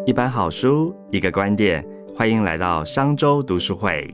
一本好书，一个观点，欢迎来到商周读书会。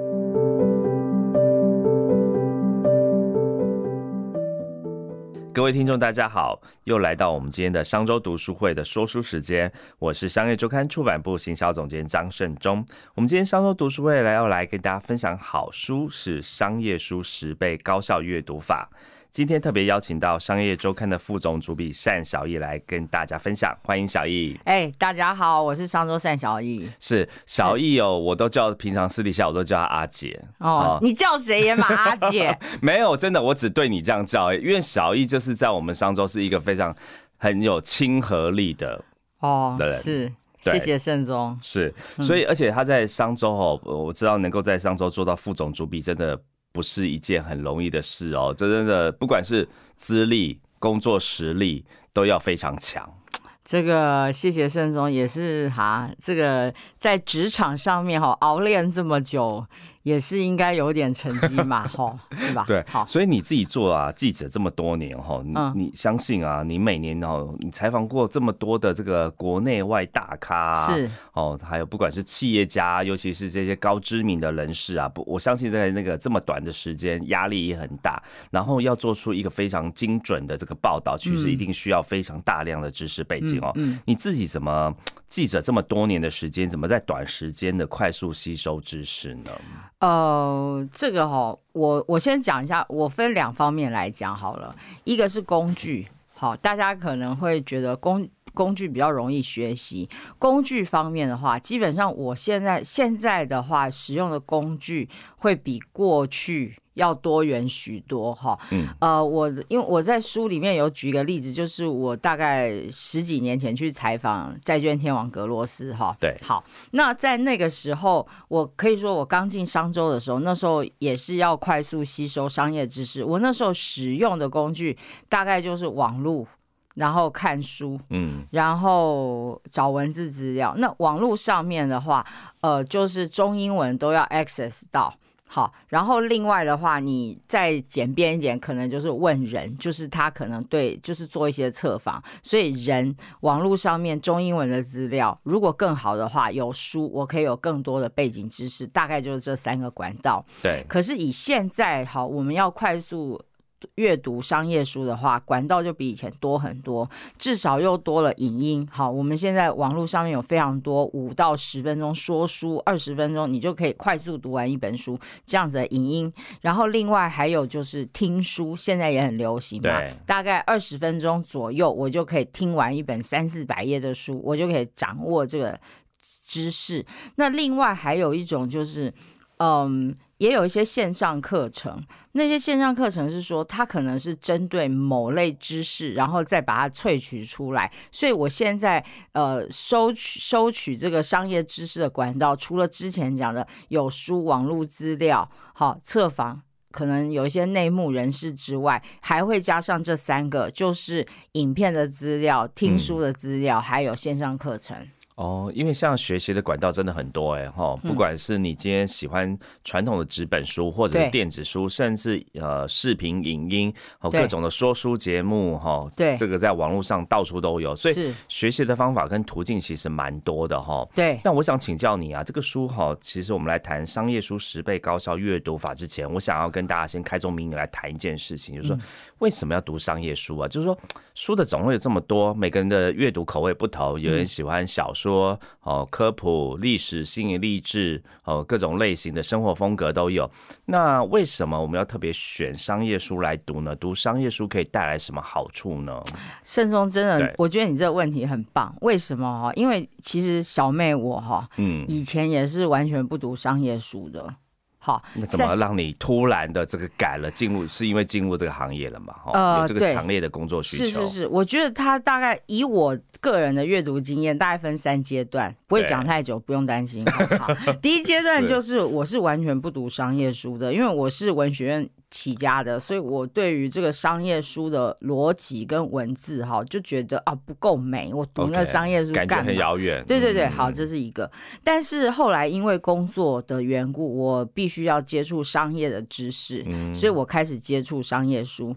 各位听众大家好，又来到我们今天的商周读书会的说书时间，我是商业周刊出版部行销总监张胜忠。我们今天商周读书会要来跟大家分享好书，是商业书10倍高效阅读法。今天特别邀请到商业周刊的副总主笔单小艺来跟大家分享，欢迎小艺。 大家好，我是商周单小艺。 是小艺哦，我都叫，平常私底下我都叫她阿姐你叫谁也嘛阿姐？ 没有，真的，我只对你这样叫，因为小艺就是在我们商周是一个很有亲和力的人。 是。谢谢盛宗。 是，所以而且他在商周我知道能够在商周做到副总主笔，真的不是一件很容易的事哦。这真的不管是资历、工作实力都要非常强。 这个谢谢盛宗，也是这个在职场上面熬练这么久，也是应该有点成绩嘛，是吧？ 对，好，所以你自己做记者这么多年你相信你每年你采访过这么多的这个国内外大咖是还有不管是企业家，尤其是这些高知名的人士我相信在那个这么短的时间，压力也很大，然后要做出一个非常精准的这个报道，其实一定需要非常大量的知识背景你自己怎么记者这么多年的时间，怎么在短时间的快速吸收知识呢？ 这个我先讲一下，我分2方面来讲好了。一个是工具，大家可能会觉得工具比较容易学习。工具方面的话，基本上我现在的话，使用的工具会比过去要多元许多因为我在书里面有举一个例子，就是我大概10几年前去采访债券天王格罗斯对， 好，那在那个时候，我可以说我刚进商周的时候，那时候也是要快速吸收商业知识，我那时候使用的工具大概就是网络，然后看书，然后找文字资料。那网络上面的话，就是中英文都要 access 到。好，然后另外的话，你再简便一点，可能就是问人，就是他可能就是做一些测访，所以网络上面中英文的资料，如果更好的话，有书，我可以有更多的背景知识，大概就是这3个管道。 对， 可是以现在我们要快速阅读商业书的话，管道就比以前多很多，至少又多了影音。我们现在网络上面有非常多5到10分钟说书，20分钟你就可以快速读完一本书这样子的影音。然后另外还有就是听书，现在也很流行嘛，大概20分钟左右我就可以听完一本300-400页的书，我就可以掌握这个知识。那另外还有一种就是也有一些线上课程，那些线上课程是说它可能是针对某类知识，然后再把它萃取出来。所以我现在收取这个商业知识的管道，除了之前讲的有书、网络资料、测访，可能有一些内幕人士之外，还会加上这3个，就是影片的资料、听书的资料，还有线上课程。 因为像学习的管道真的很多不管是你今天喜欢传统的纸本书，或者是电子书，甚至视频、影音各种的说书节目对， 这个在网络上到处都有，所以学习的方法跟途径其实蛮多的对。 那我想请教你这个书其实我们来谈商业书10倍高效阅读法之前，我想要跟大家先开宗明义来谈一件事情，就是说为什么要读商业书就是说书的种类这么多，每个人的阅读口味不同，有人喜欢小说科普、历史、心理励志各种类型的生活风格都有。那为什么我们要特别选商业书来读呢？读商业书可以带来什么好处呢？ 盛宗，真的，我觉得你这个问题很棒。为什么因为其实小妹我以前也是完全不读商业书的。好， 那怎么让你突然的这个改了是因为进入这个行业了嘛？有这个强烈的工作需求。 是，我觉得他大概以我个人的阅读经验，大概分3阶段，不会讲太久，不用担心。第一阶段就是我是完全不读商业书的，因为我是文学院起家的，所以我对于这个商业书的逻辑跟文字就觉得不够美，我读那商业书干嘛？ 感觉很遥远。 对，好，这是一个。但是后来因为工作的缘故，我必须要接触商业的知识，所以我开始接触商业书。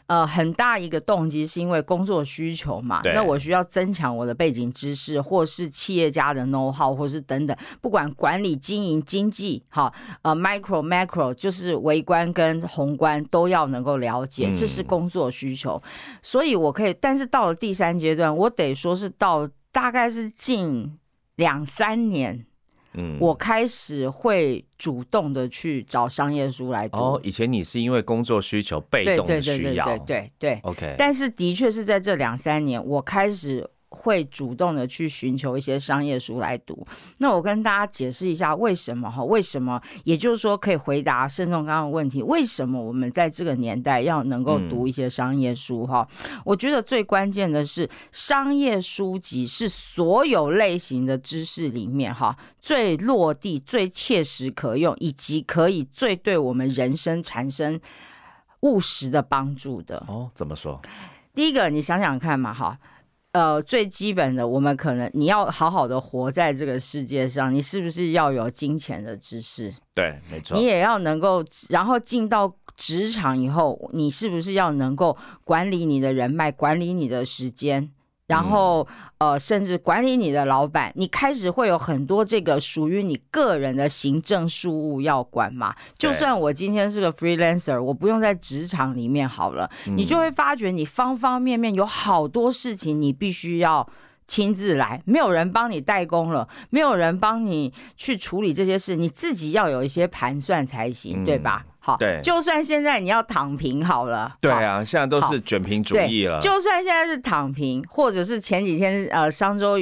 很大一个动机是因为工作需求嘛，那我需要增强我的背景知识，或是企业家的 know how， 或是等等，不管管理、经营、经济，micro macro 就是微观跟宏观都要能够了解，这是工作需求。所以我可以，但是到了第3阶段，我得说是到大概是近2-3年。我开始会主动的去找商业书来读。 以前你是因为工作需求被动的需要， 对 OK。 但是的确是在这2-3年，我开始会主动的去寻求一些商业书来读。那我跟大家解释一下为什么，也就是说可以回答慎重刚刚的问题，为什么我们在这个年代要能够读一些商业书我觉得最关键的是，商业书籍是所有类型的知识里面最落地、最切实可用，以及可以最对我们人生产生务实的帮助的。 怎么说？ 第一个，你想想看嘛最基本的，我们可能你要好好的活在这个世界上，你是不是要有金钱的知识？ 对，没错。 你也要能够，然后进到职场以后，你是不是要能够管理你的人脉，管理你的时间？然后甚至管理你的老板，你开始会有很多这个属于你个人的行政事务要管嘛。就算我今天是个 freelancer， 我不用在职场里面好了，你就会发觉你方方面面有好多事情你必须要亲自来，没有人帮你代工了，没有人帮你去处理这些事，你自己要有一些盘算才行，对吧？好， 对， 就算现在你要躺平好了， 对啊，现在都是卷平主义了。 就算现在是躺平，或者是前几天商周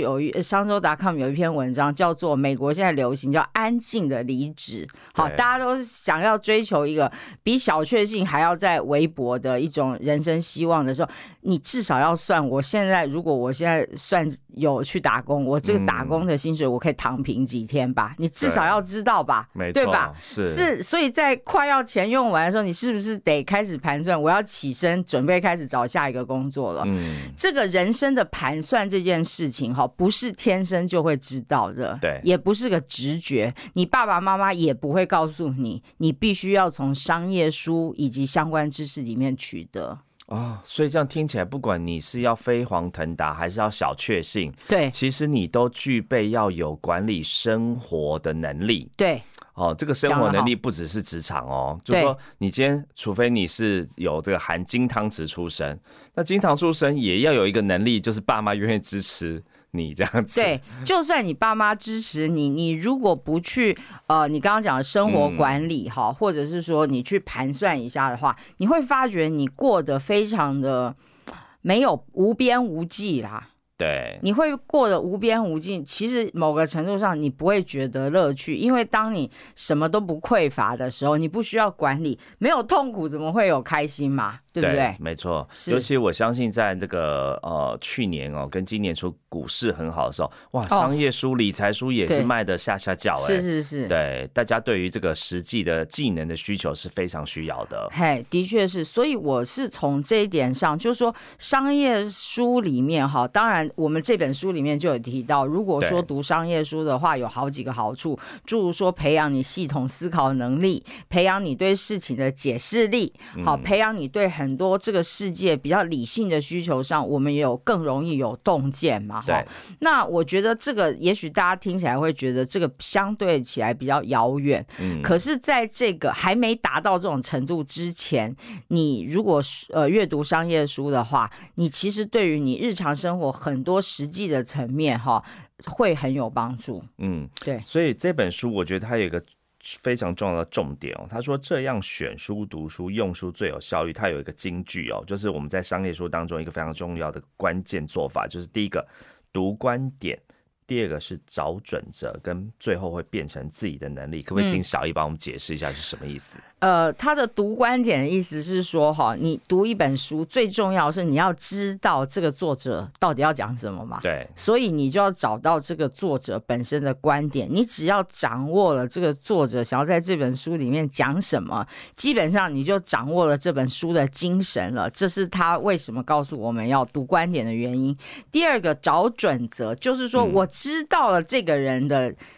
.com 有一篇文章叫做美国现在流行叫安静的离职，好，大家都想要追求一个比小确幸还要再微薄的一种人生希望的时候，你至少要算，如果我现在算有去打工，我这个打工的薪水我可以躺平几天吧？你至少要知道吧？ 没错， 对吧？ 是， 所以在快要钱用完的时候，你是不是得开始盘算？我要起身准备开始找下一个工作了。这个人生的盘算这件事情不是天生就会知道的， 对， 也不是个直觉，你爸爸妈妈也不会告诉你，你必须要从商业书以及相关知识里面取得。 所以这样听起来，不管你是要飞黄腾达还是要小确幸， 对， 其实你都具备要有管理生活的能力。 对。 这个生活能力不只是职场就是说你今天除非你是有这个含金汤匙出身，那金汤出身也要有一个能力，就是爸妈愿意支持你这样子。 对，就算你爸妈支持你，你如果不去你刚刚讲的生活管理或者是说你去盘算一下的话，你会发觉你过得非常的没有无边无际啦。 对， 你会过得无边无际，其实某个程度上你不会觉得乐趣，因为当你什么都不匮乏的时候，你不需要管理，没有痛苦怎么会有开心嘛？对不对？ 没错，尤其我相信在这个去年跟今年初股市很好的时候，哇，商业书、理财书也是卖的下脚是， 对，大家对于这个实际的技能的需求是非常需要的。 的确是，所以我是从这一点上，就是说商业书里面当然我们这本书里面就有提到，如果说读商业书的话，有好几个好处，诸如说培养你系统思考能力，培养你对事情的解释力，培养你对很多这个世界比较理性的需求上，我们也有更容易有洞见嘛。那我觉得这个也许大家听起来会觉得这个相对起来比较遥远，可是在这个还没达到这种程度之前，你如果阅读商业书的话，你其实对于你日常生活很多实际的层面会很有帮助。对， 所以这本书我觉得它有一个非常重要的重点他说这样选书读书用书最有效率。他有一个金句就是我们在商业书当中一个非常重要的关键做法，就是第一个读观点，第二个是找准则，跟最后会变成自己的能力。可不可以请小易帮我们解释一下是什么意思？ 他的读观点的意思是说你读一本书最重要是你要知道这个作者到底要讲什么嘛。 对， 所以你就要找到这个作者本身的观点，你只要掌握了这个作者想要在这本书里面讲什么，基本上你就掌握了这本书的精神了，这是他为什么告诉我们要读观点的原因。第二个找准则，就是说我知道了这个人的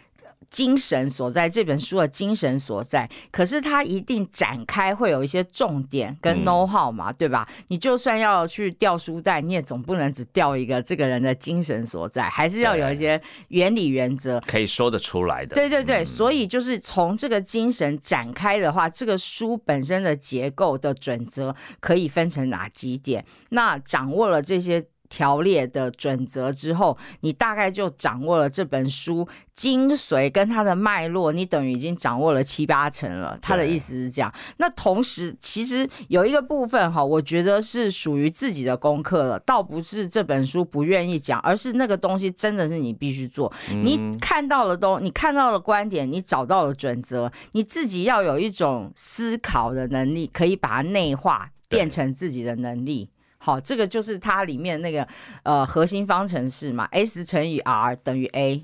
精神所在，这本书的精神所在。可是它一定展开会有一些重点跟 know how 嘛，对吧？你就算要去调书袋，你也总不能只调一个这个人的精神所在，还是要有一些原理原则可以说得出来的。 对对对，所以就是从这个精神展开的话，这个书本身的结构的准则可以分成哪几点？那掌握了这些条列的准则之后，你大概就掌握了这本书精髓跟它的脉络，你等于已经掌握了7、8成了。他的意思是这样。那同时其实有一个部分我觉得是属于自己的功课了，倒不是这本书不愿意讲，而是那个东西真的是你必须做。你看到了观点，你找到了准则，你自己要有一种思考的能力，可以把它内化变成自己的能力。好，这个就是它里面那个核心方程式嘛 ，S 乘以 R 等于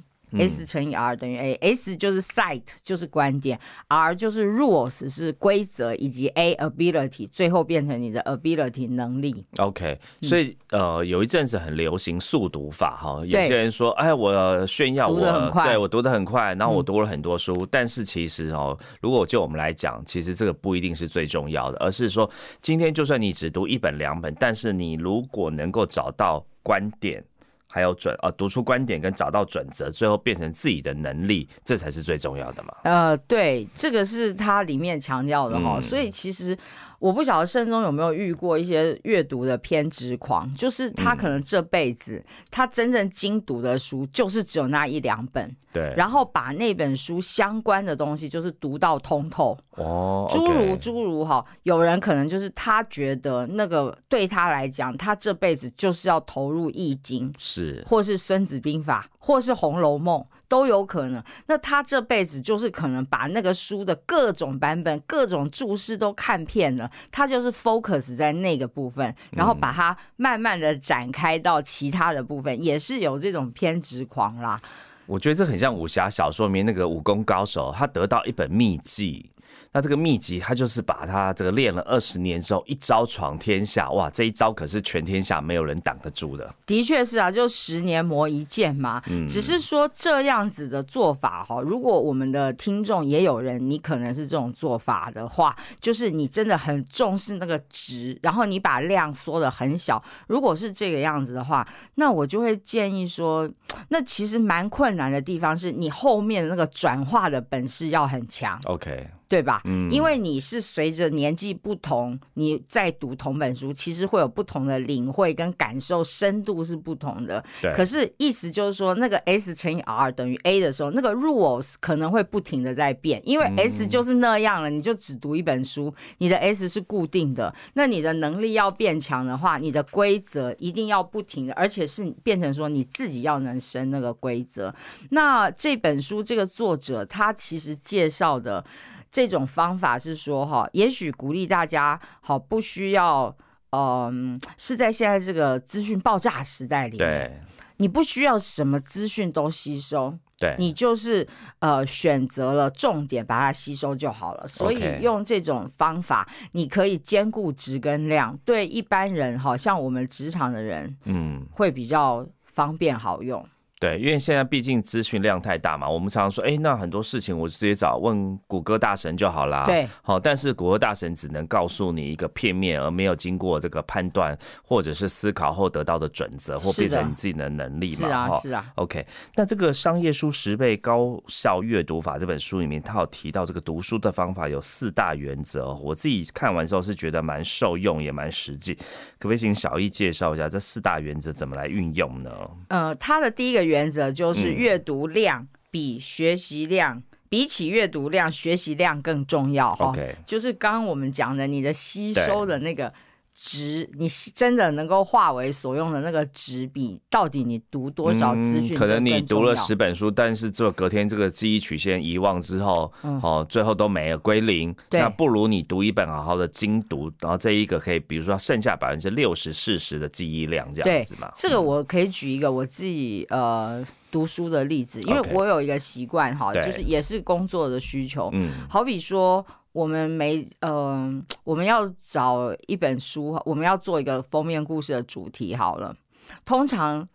A。S 乘以 R 等于 A，S 就是 sight 就是观点 ，R 就是 rules 是规则，以及 A ability 最后变成你的 ability 能力。 OK， 所以有一阵子很流行速读法哈，有些人说，哎，我炫耀对我读得很快，然后我读了很多书，但是其实如果就我们来讲，其实这个不一定是最重要的，而是说今天就算你只读1本2本，但是你如果能够找到观点。还有读出观点跟找到准则，最后变成自己的能力，这才是最重要的嘛。 对，这个是它里面强调的所以其实我不晓得慎中有没有遇过一些阅读的偏执狂，就是他可能这辈子他真正精读的书就是只有那1、2本， 对， 然后把那本书相关的东西就是读到通透。诸如有人可能就是他觉得那个对他来讲，他这辈子就是要投入易经， 是， 或是孙子兵法，或是红楼梦都有可能。那他这辈子就是可能把那个书的各种版本、各种注释都看遍了，他就是 focus 在那个部分，然后把它慢慢的展开到其他的部分，也是有这种偏执狂啦。 我觉得这很像武侠小说里面那个武功高手，他得到一本秘籍。那这个秘籍，他就是把他这个练了20年之后，一招闯天下。哇，这一招可是全天下没有人挡得住的。 的确是啊，就10年磨一剑嘛。只是说这样子的做法如果我们的听众也有人，你可能是这种做法的话，就是你真的很重视那个值，然后你把量缩得很小。如果是这个样子的话，那我就会建议说，那其实蛮困难的地方是你后面的那个转化的本事要很强。 OK。 对吧？因为你是随着年纪不同，你在读同本书，其实会有不同的领会跟感受，深度是不同的。可是意思就是说，那个 S 乘以 R 等于 A 的时候，那个 rules 可能会不停的在变，因为 S 就是那样了，你就只读一本书，你的 S 是固定的。那你的能力要变强的话，你的规则一定要不停的，而且是变成说你自己要能生那个规则。那这本书这个作者他其实介绍的这种方法是说也许鼓励大家不需要是在现在这个资讯爆炸时代里面，你不需要什么资讯都吸收，你就是选择了重点把它吸收就好了。所以用这种方法，你可以兼顾质跟量，对一般人像我们职场的人，会比较方便好用。 对，因为现在毕竟资讯量太大嘛，我们常常说，那很多事情我直接问谷歌大神就好啦。 对， 但是谷歌大神只能告诉你一个片面，而没有经过这个判断或者是思考后得到的准则，或变成你自己的能力嘛。 是啊。 OK， 那这个商业书10倍高效阅读法这本书里面，它有提到这个读书的方法有4大原则，我自己看完之后是觉得蛮受用，也蛮实际。可不可以请小易介绍一下这4大原则怎么来运用呢？ 它的第一个原则就是阅读量比学习量，比起阅读量，学习量更重要。 OK， 就是刚刚我们讲的，你的吸收的那个值，你真的能够化为所用的那个值，比到底你读多少资讯， 可能你读了10本书，但是就隔天这个记忆曲线遗忘之后，最后都没了，归零。那不如你读一本好好的精读，然后这一个可以，比如说剩下60%、40%的记忆量这样子嘛。 这个我可以举一个我自己读书的例子，因为我有一个习惯就是也是工作的需求，好比说。我们要找一本书，我们要做一个封面故事的主题好了。通常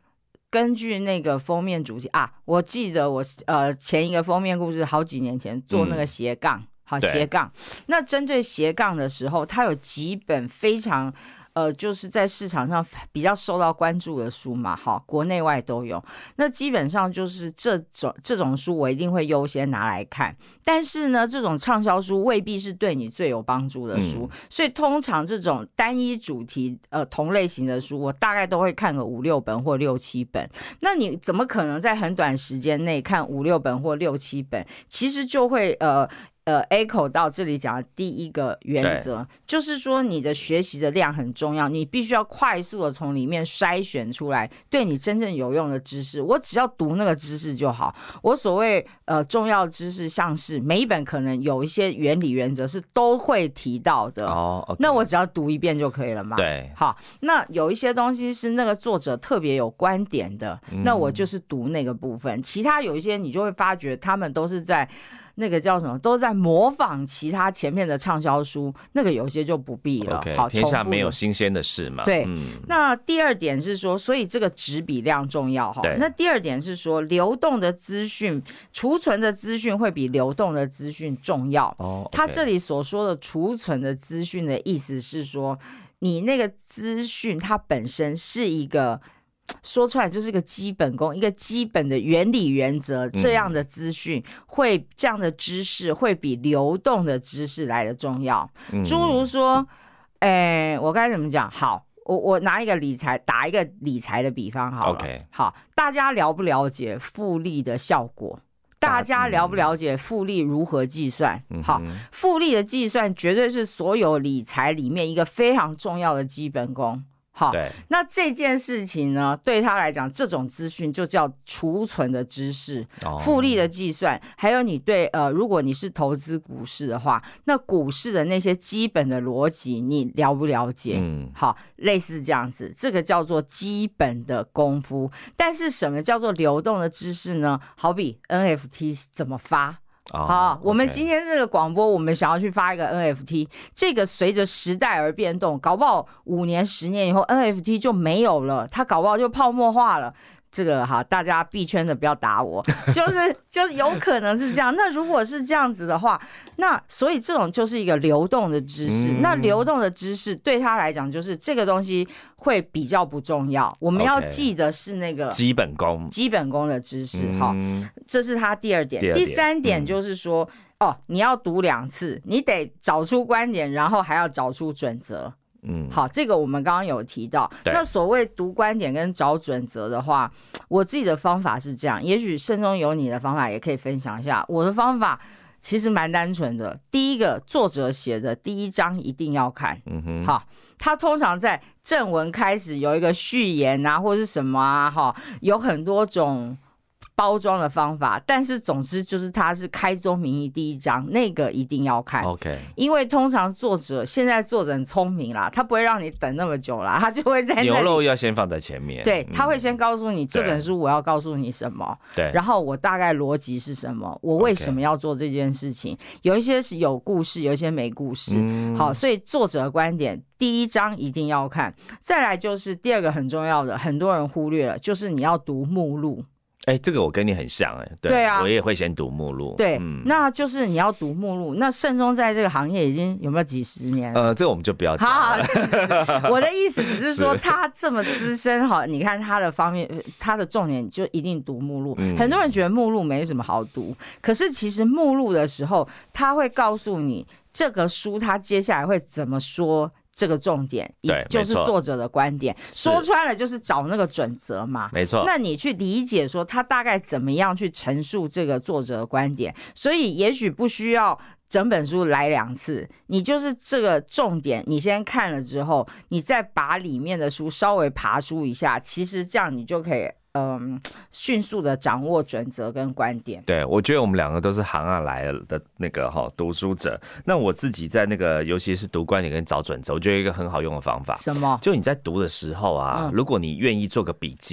根据那个封面主题啊，我记得我前一个封面故事好几年前做那个斜杠，好斜杠。那针对斜杠的时候，它有几本非常就是在市场上比较受到关注的书嘛，好，国内外都有。那基本上就是这种书，我一定会优先拿来看。但是呢，这种畅销书未必是对你最有帮助的书，所以通常这种单一主题同类型的书，我大概都会看个5、6本或6、7本。那你怎么可能在很短时间内看5、6本或6、7本？其实就会echo 到这里讲的第一个原则，就是说你的学习的量很重要，你必须要快速的从里面筛选出来对你真正有用的知识。我只要读那个知识就好。我所谓重要知识，像是每一本可能有一些原理原则是都会提到的，那我只要读一遍就可以了嘛。 对， 好，那有一些东西是那个作者特别有观点的，那我就是读那个部分。其他有一些你就会发觉他们都是在那个叫什么，都在模仿其他前面的畅销书，那个有些就不必了。 好，天下没有新鲜的事嘛。 对，那第二点是说，所以这个质比量重要哈。那第二点是说，流动的资讯、储存的资讯会比流动的资讯重要。他这里所说的储存的资讯的意思是说，你那个资讯它本身是一个。说出来就是一个基本功，一个基本的原理原则，这样的资讯会，这样的知识会比流动的知识来的重要。诸如说，我该怎么讲？好，我拿一个理财，打一个理财的比方好了。好，大家了不了解复利的效果？大家了不了解复利如何计算？好，复利的计算绝对是所有理财里面一个非常重要的基本功。好，那这件事情呢，对他来讲，这种资讯就叫储存的知识，复利的计算，还有你对如果你是投资股市的话，那股市的那些基本的逻辑，你了不了解？好，类似这样子，这个叫做基本的功夫。但是什么叫做流动的知识呢？好比 NFT 怎么发？好，我们今天这个广播，我们想要去发一个 NFT， 这个随着时代而变动，搞不好5年、10年以后 NFT 就没有了，它搞不好就泡沫化了。这个好，大家币圈的不要打我，就是有可能是这样。那如果是这样子的话，那所以这种就是一个流动的知识。那流动的知识对他来讲，就是这个东西会比较不重要。我们要记得是那个基本功的知识。 好，这是他第二点。第三点就是说，你要读2次，你得找出观点，然后还要找出准则。好，这个我们刚刚有提到。那所谓读观点跟找准则的话，我自己的方法是这样，也许慎中有你的方法也可以分享一下。我的方法其实蛮单纯的，第一个，作者写的第1章一定要看。好，他通常在正文开始有一个序言啊，或是什么啊，有很多种包装的方法，但是总之就是它是开宗明义第1章，那个一定要看。因为通常现在作者很聪明啦，他不会让你等那么久啦，他就会在那里牛肉要先放在前面。 对，他会先告诉你这本书我要告诉你什么，对，然后我大概逻辑是什么，我为什么要做这件事情。有一些是有故事，有一些没故事。好，所以作者的观点第1章一定要看。再来就是第二个很重要的，很多人忽略了，就是你要读目录。 这个我跟你很像。对啊，我也会先读目录。 对，那就是你要读目录。那慎中在这个行业已经有没有几十年？ 这个我们就不要讲了。 好，我的意思只是说他这么资深，你看他的方面，他的重点就一定读目录。很多人觉得目录没什么好读，可是其实目录的时候，他会告诉你这个书他接下来会怎么说。这个重点也就是作者的观点，说穿了就是找那个准则嘛。 没错， 那你去理解说他大概怎么样去陈述这个作者的观点，所以也许不需要整本书来2次，你就是这个重点，你先看了之后，你再把里面的书稍微爬梳一下，其实这样你就可以迅速的掌握准则跟观点。 对，我觉得我们2个都是行啊来的那个读书者。那我自己在那个尤其是读观点跟找准则，我觉得有一个很好用的方法。 什么？ 就你在读的时候啊，如果你愿意做个笔记，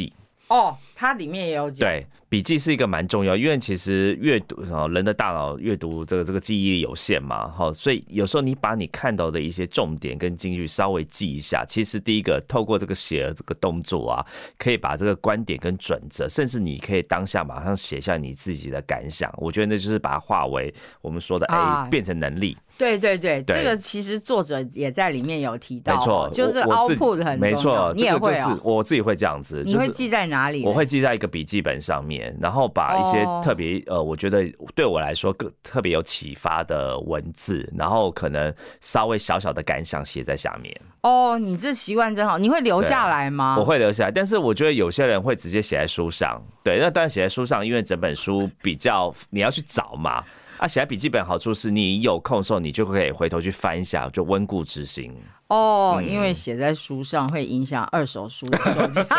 哦，它里面也有讲。 对，笔记是一个蛮重要，因为其实阅读人的大脑阅读这个记忆力有限嘛，所以有时候你把你看到的一些重点跟金句稍微记一下，其实第一个透过这个写的这个动作啊，可以把这个观点跟准则，甚至你可以当下马上写下你自己的感想，我觉得那就是把它化为我们说的变成能力。 对，这个其实作者也在里面有提到， 没错， 就是 output 很重要。 没错， 你也会我自己会这样子。 你会记在哪里？ 我会记在一个笔记本上面，然后把一些特别我觉得对我来说特别有启发的文字，然后可能稍微小小的感想写在下面。 哦，你这习惯真好。你会留下来吗？ 我会留下来，但是我觉得有些人会直接写在书上。对，那当然写在书上，因为整本书比较你要去找嘛。写在笔记本好处是你有空的时候，你就可以回头去翻一下，就温故知新。 哦，因为写在书上会影响二手书的售价。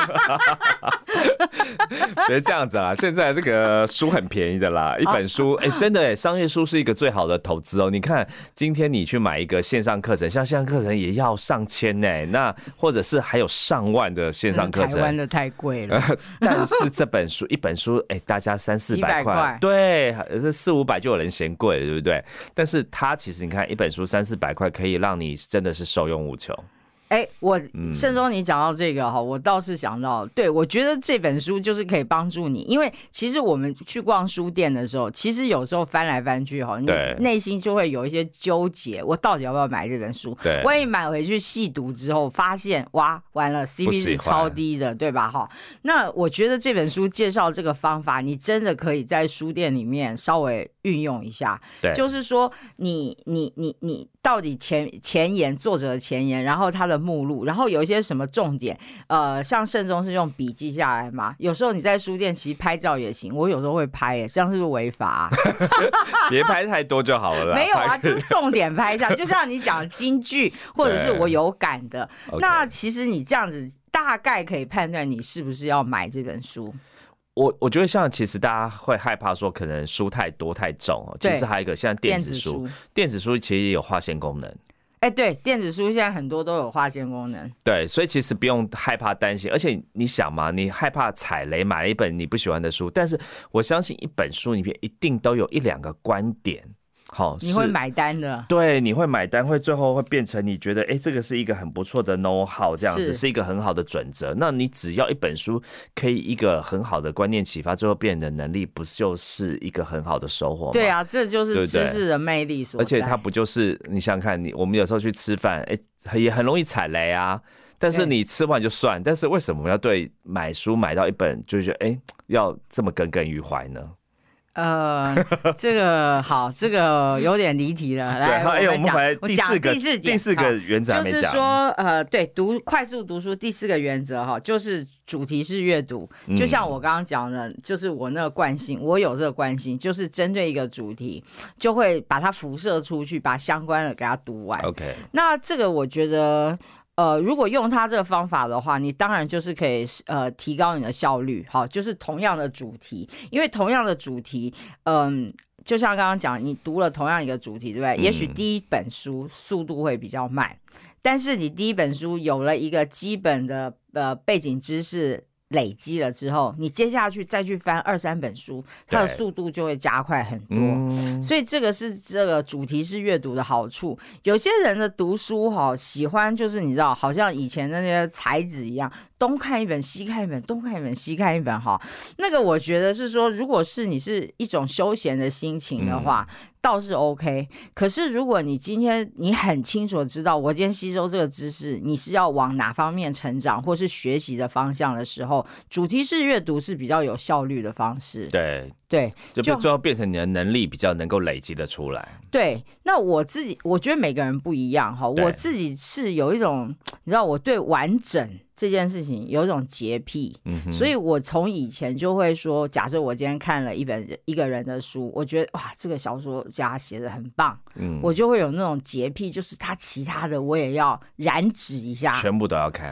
觉得这样子啦，现在这个书很便宜的啦，一本书，真的商业书是一个最好的投资哦。你看，今天你去买一个线上课程，像线上课程也要上千呢，那或者是还有上万的线上课程， 台湾的太贵了。 但是这本书一本书，大家300-400块，对，这400-500就有人嫌贵了，对不对？但是它其实你看，一本书300-400块，可以让你真的是受用无穷。 我盛忠，你讲到这个哈，我倒是想到，对，我觉得这本书就是可以帮助你，因为其实我们去逛书店的时候，其实有时候翻来翻去哈，你内心就会有一些纠结，我到底要不要买这本书？对，万一买回去细读之后，发现哇，完了 CP 值超低的，对吧？哈，那我觉得这本书介绍这个方法，你真的可以在书店里面稍微运用一下，对，就是说你到底前言作者的前言，然后他的目录，然后有一些什么重点，像盛忠是用笔记下来嘛，有时候你在书店其实拍照也行，我有时候会拍耶，这样是不是违法啊？ 别拍太多就好了啦。 没有啊，就是重点拍一下，就像你讲金句或者是我有感的，那其实你这样子大概可以判断你是不是要买这本书。 我觉得像其实大家会害怕说可能书太多太重哦，其实还有一个像电子书其实也有划线功能。 对，电子书现在很多都有划线功能。 对，所以其实不用害怕担心，而且你想嘛，你害怕踩雷买了一本你不喜欢的书，但是我相信一本书里面一定都有1-2个观点。 你会买单的， 对，你会买单，会最后会变成你觉得，这个是一个很不错的 know how， 这样子是一个很好的准则。那你只要一本书可以一个很好的观念启发，最后变的能力，不就是一个很好的收获吗？ 对啊，这就是知识的魅力所在。 而且它不就是你想想看，我们有时候去吃饭，也很容易踩雷啊。但是你吃完就算，但是为什么要对买书买到一本就觉得要这么耿耿于怀呢？ 这个好，这个有点离题了。来，我们回来第四个原则还没讲， 就是说，对，快速读书第4个原则哈，就是主题式阅读。就像我刚刚讲的，就是我那个惯性，我有这个惯性，就是针对一个主题，就会把它辐射出去，把相关的给它读完。 OK， 那这个我觉得。如果用它这个方法的话，你当然就是可以提高你的效率。好，就是同样的主题，因为同样的主题，就像刚刚讲，你读了同样一个主题，对不对？也许第一本书速度会比较慢，但是你第一本书有了一个基本的背景知识累积了之后，你接下去再去翻2-3本书，它的速度就会加快很多。所以这个是这个主题式阅读的好处。有些人的读书喜欢就是你知道，好像以前的那些才子一样，东看一本西看一本，东看一本西看一本那个我觉得是说，如果是你是一种休闲的心情的话，倒是 OK。可是如果你今天你很清楚的知道，我今天吸收这个知识，你是要往哪方面成长，或是学习的方向的时候，主题式阅读是比较有效率的方式。对， 就最后变成你的能力比较能够累积的出来。 对，那我觉得每个人不一样我自己是有一种，你知道，我对完整这件事情有一种洁癖，所以我从以前就会说，假设我今天看了一个人的书，我觉得哇，这个小说家写得很棒，我就会有那种洁癖，就是他其他的我也要染指一下， 全部都要看。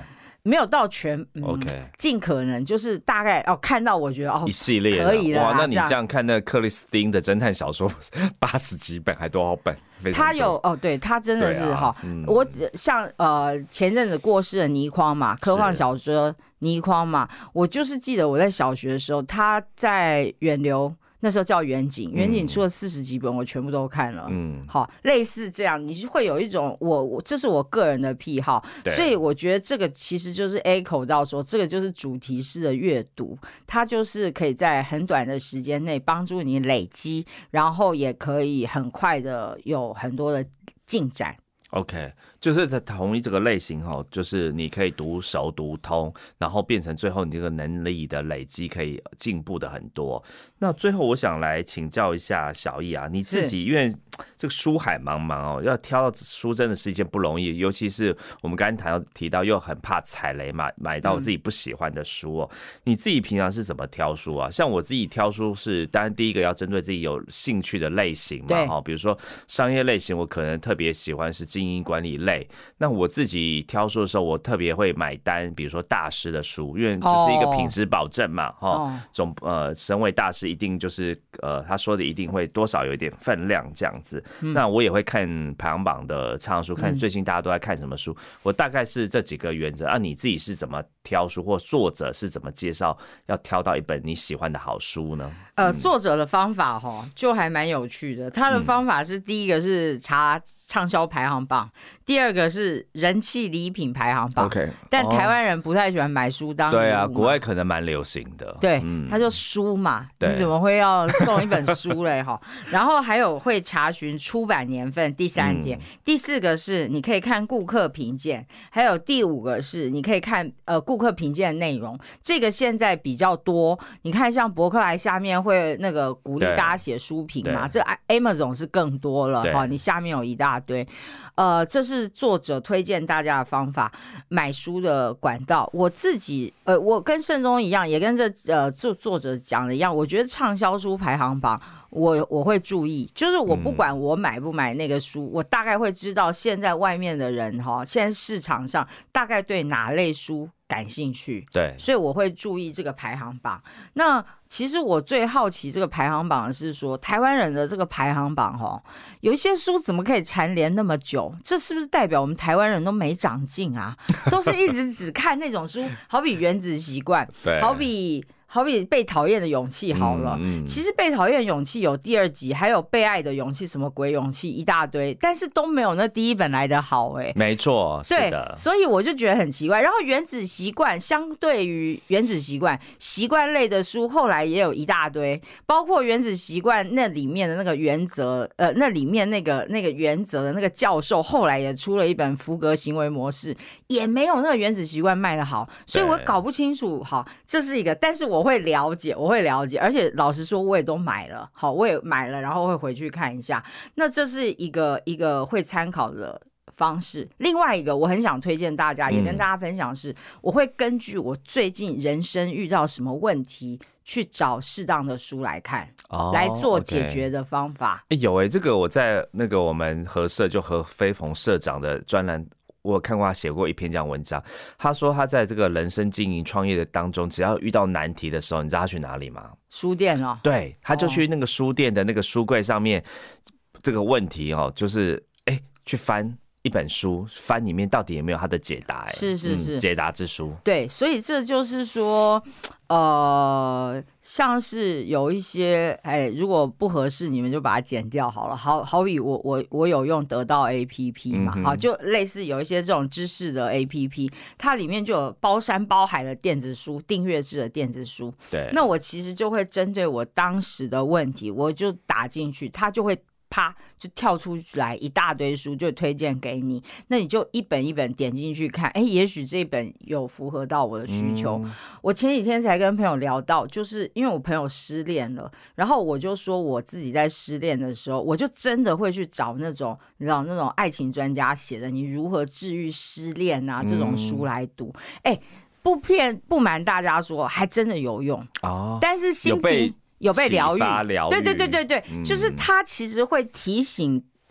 没有到全 ，OK， 尽可能就是大概看到我觉得一系列可以了。 哇，那你这样看那克里斯汀的侦探小说80几本还多少本？ 他有对他真的是我像前阵子过世的倪匡嘛，科幻小说倪匡嘛，我就是记得我在小学的时候，他在远流。那时候叫远景，远景出了40几本，我全部都看了。好，类似这样，你是会有一种我这是我个人的癖好，所以我觉得这个其实就是 echo 到说，这个就是主题式的阅读，它就是可以在很短的时间内帮助你累积，然后也可以很快的有很多的进展。 OK， 就是在同一这个类型就是你可以读熟读通，然后变成最后你这个能力的累积可以进步的很多。那最后我想来请教一下小易啊，你自己因为这个书海茫茫要挑到书真的是一件不容易，尤其是我们刚才提到又很怕踩雷嘛，买到自己不喜欢的书你自己平常是怎么挑书啊？像我自己挑书是，当然第一个要针对自己有兴趣的类型嘛，比如说商业类型，我可能特别喜欢是经营管理类。那我自己挑书的时候，我特别会买单，比如说大师的书，因为就是一个品质保证嘛，身为大师一定就是他说的一定会多少有一点分量这样子。那我也会看排行榜的畅销书，看最近大家都在看什么书。我大概是这几个原则啊，你自己是怎么挑书，或作者是怎么介绍要挑到一本你喜欢的好书呢？ 作者的方法就还蛮有趣的。他的方法是第一个是查畅销排行榜，第二个是人气礼品排行榜。 OK， 但台湾人不太喜欢买书当礼物嘛。 对啊，国外可能蛮流行的。 对，他就书嘛，你怎么会要送一本书嘞？然后还有会查询出版年份，第3点，第4个是你可以看顾客评鉴，还有第5个是你可以看顾客评鉴的内容。这个现在比较多，你看像博客来下面会那个鼓励大家写书评嘛，这 Amazon 是更多了你下面有一大堆。这是作者推荐大家的方法，买书的管道。我自己我跟盛宗一样，也跟这作者讲的一样，我觉得畅销书排行榜我会注意，就是我不管我买不买那个书，我大概会知道现在外面的人现在市场上大概对哪类书感兴趣， 对， 所以我会注意这个排行榜。那其实我最好奇这个排行榜的是说，台湾人的这个排行榜有一些书怎么可以蝉联那么久？这是不是代表我们台湾人都没长进啊？都是一直只看那种书，好比《原子习惯》，好比被讨厌的勇气好了，其实被讨厌的勇气有第2集，还有被爱的勇气，什么鬼勇气一大堆，但是都没有那第1本来的好没错，是的。 所以我就觉得很奇怪。然后原子习惯相对于原子习惯习惯类的书，后来也有一大堆，包括原子习惯那里面的那个原则，那里面那个原则的那个教授，后来也出了一本福格行为模式，也没有那个原子习惯卖的好，所以我搞不清楚。好，这是一个，但是我会了解，而且老实说，我也都买了。好，我也买了，然后会回去看一下。那这是一个会参考的方式。另外一个我很想推荐大家，也跟大家分享是，我会根据我最近人生遇到什么问题，去找适当的书来看，来做解决的方法。 有这个我在那个我们合社就何飞鹏社长的专栏。我有看过他写过一篇这样文章，他说他在这个人生经营创业的当中，只要遇到难题的时候，你知道他去哪里吗？ 书店哦。 对，他就去那个书店的那个书柜上面，这个问题就是去翻一本书，翻里面到底有没有他的解答？ 是解答之书。对， 所以这就是说，像是有一些如果不合适，你们就把它剪掉好了。好比我有用得到 APP 嘛，好，就类似有一些这种知识的 APP， 它里面就有包山包海的电子书，订阅制的电子书。 对， 那我其实就会针对我当时的问题，我就打进去，它就会啪就跳出来一大堆书，就推荐给你，那你就一本一本点进去看，也许这本有符合到我的需求。我前几天才跟朋友聊到，就是因为我朋友失恋了，然后我就说我自己在失恋的时候，我就真的会去找那种你知道那种爱情专家写的你如何治愈失恋啊这种书来读。不瞒大家说，还真的有用但是心情有被疗愈，对，就是它其实会提醒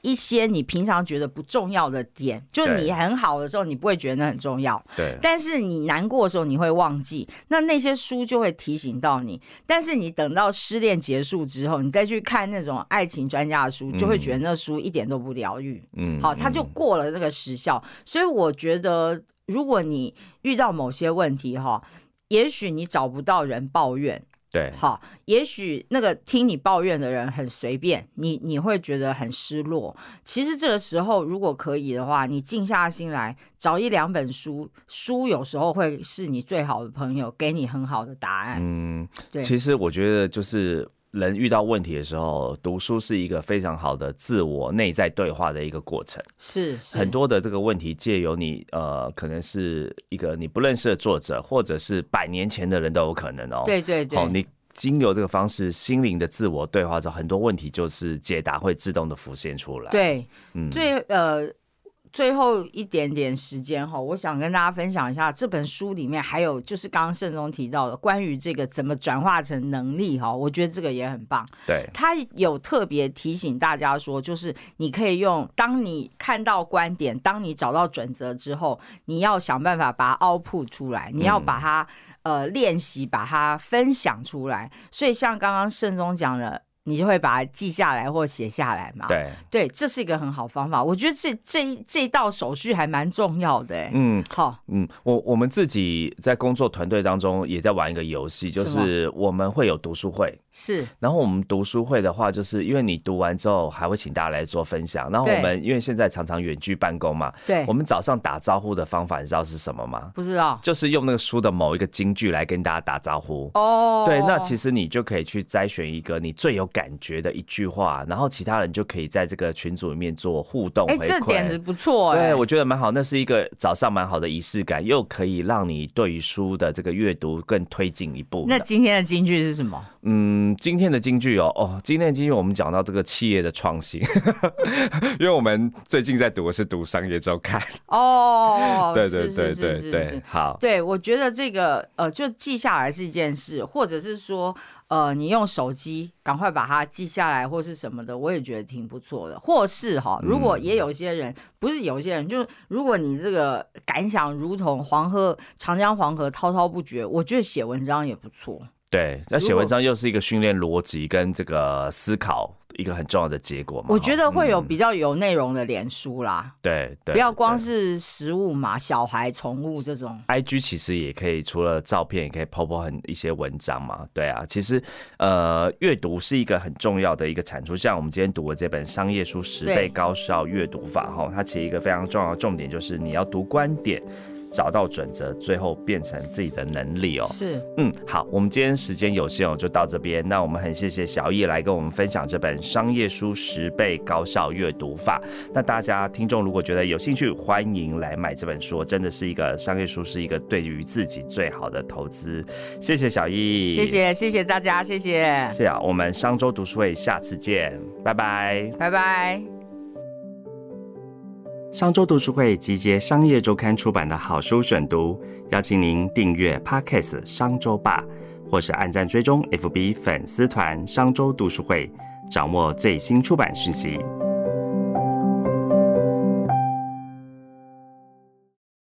一些你平常觉得不重要的点，就你很好的时候，你不会觉得那很重要， 对。 但是你难过的时候，你会忘记，那些书就会提醒到你。但是你等到失恋结束之后，你再去看那种爱情专家的书，就会觉得那书一点都不疗愈。好，它就过了那个时效。所以我觉得，如果你遇到某些问题哈，也许你找不到人抱怨。 对， 好，也许那个听你抱怨的人很随便，你会觉得很失落。其实这个时候，如果可以的话，你静下心来找一两本书，书有时候会是你最好的朋友，给你很好的答案。对。 其实我觉得就是人遇到问题的时候，读书是一个非常好的自我内在对话的一个过程。 是很多的这个问题借由你可能是一个你不认识的作者，或者是100年前的人都有可能哦。 对对对。 你经由这个方式心灵的自我对话之后，很多问题就是解答会自动的浮现出来。 对，最后一点点时间哈，我想跟大家分享一下这本书里面还有就是刚刚盛忠提到的关于这个怎么转化成能力哈，我觉得这个也很棒。 对， 他有特别提醒大家说，就是你可以用，当你看到观点，当你找到准则之后，你要想办法把它 output 出来，你要把它练习，把它分享出来。所以像刚刚盛忠讲的，你就会把它记下来或写下来嘛。对，这是一个很好方法。我觉得这道手续还蛮重要的。好， 我们自己在工作团队当中也在玩一个游戏，就是我们会有读书会。 是， 然后我们读书会的话，就是因为你读完之后还会请大家来做分享。然后我们因为现在常常远距办公嘛， 对， 我们早上打招呼的方法你知道是什么吗？ 不知道， 就是用那个书的某一个金句来跟大家打招呼。对，那其实你就可以去摘选一个你最有感觉的一句话，然后其他人就可以在这个群组里面做互动回馈。 这点子不错。 对，我觉得蛮好，那是一个早上蛮好的仪式感，又可以让你对于书的这个阅读更推进一步。 那今天的金句是什么？ 今天的金句今天的金句我们讲到这个企业的创新，因为我们最近在读的是读商业周刊。对对对对对，好， 对，我觉得这个就记下来是一件事，或者是说你用手机赶快把它记下来或是什么的，我也觉得挺不错的。或是如果也有些人，不是有些人，就是如果你这个感想如同长江黄河滔滔不绝，我觉得写文章也不错。 对，那写文章又是一个训练逻辑跟这个思考一个很重要的结果嘛。 我觉得会有比较有内容的脸书啦， 对， 不要光是食物嘛，小孩、宠物这种。 IG 其实也可以，除了照片，也可以 po 一些文章嘛。对啊，其实阅读是一个很重要的一个产出。像我们今天读的这本商业书10倍高效阅读法它其实一个非常重要的重点就是你要读观点，找到准则，最后变成自己的能力是， 好，我们今天时间有限就到这边。那我们很谢谢小易来跟我们分享这本商业书10倍高效阅读法。那大家听众如果觉得有兴趣，欢迎来买这本书，真的是一个商业书，是一个对于自己最好的投资。谢谢小易， 谢谢大家，谢谢。 我们商周读书会下次见，拜拜， 拜拜。 商周读书会集结商业周刊出版的好书选读，邀请您订阅 Podcast 商周吧，或是按赞追踪 FB 粉丝团商周读书会，掌握最新出版讯息。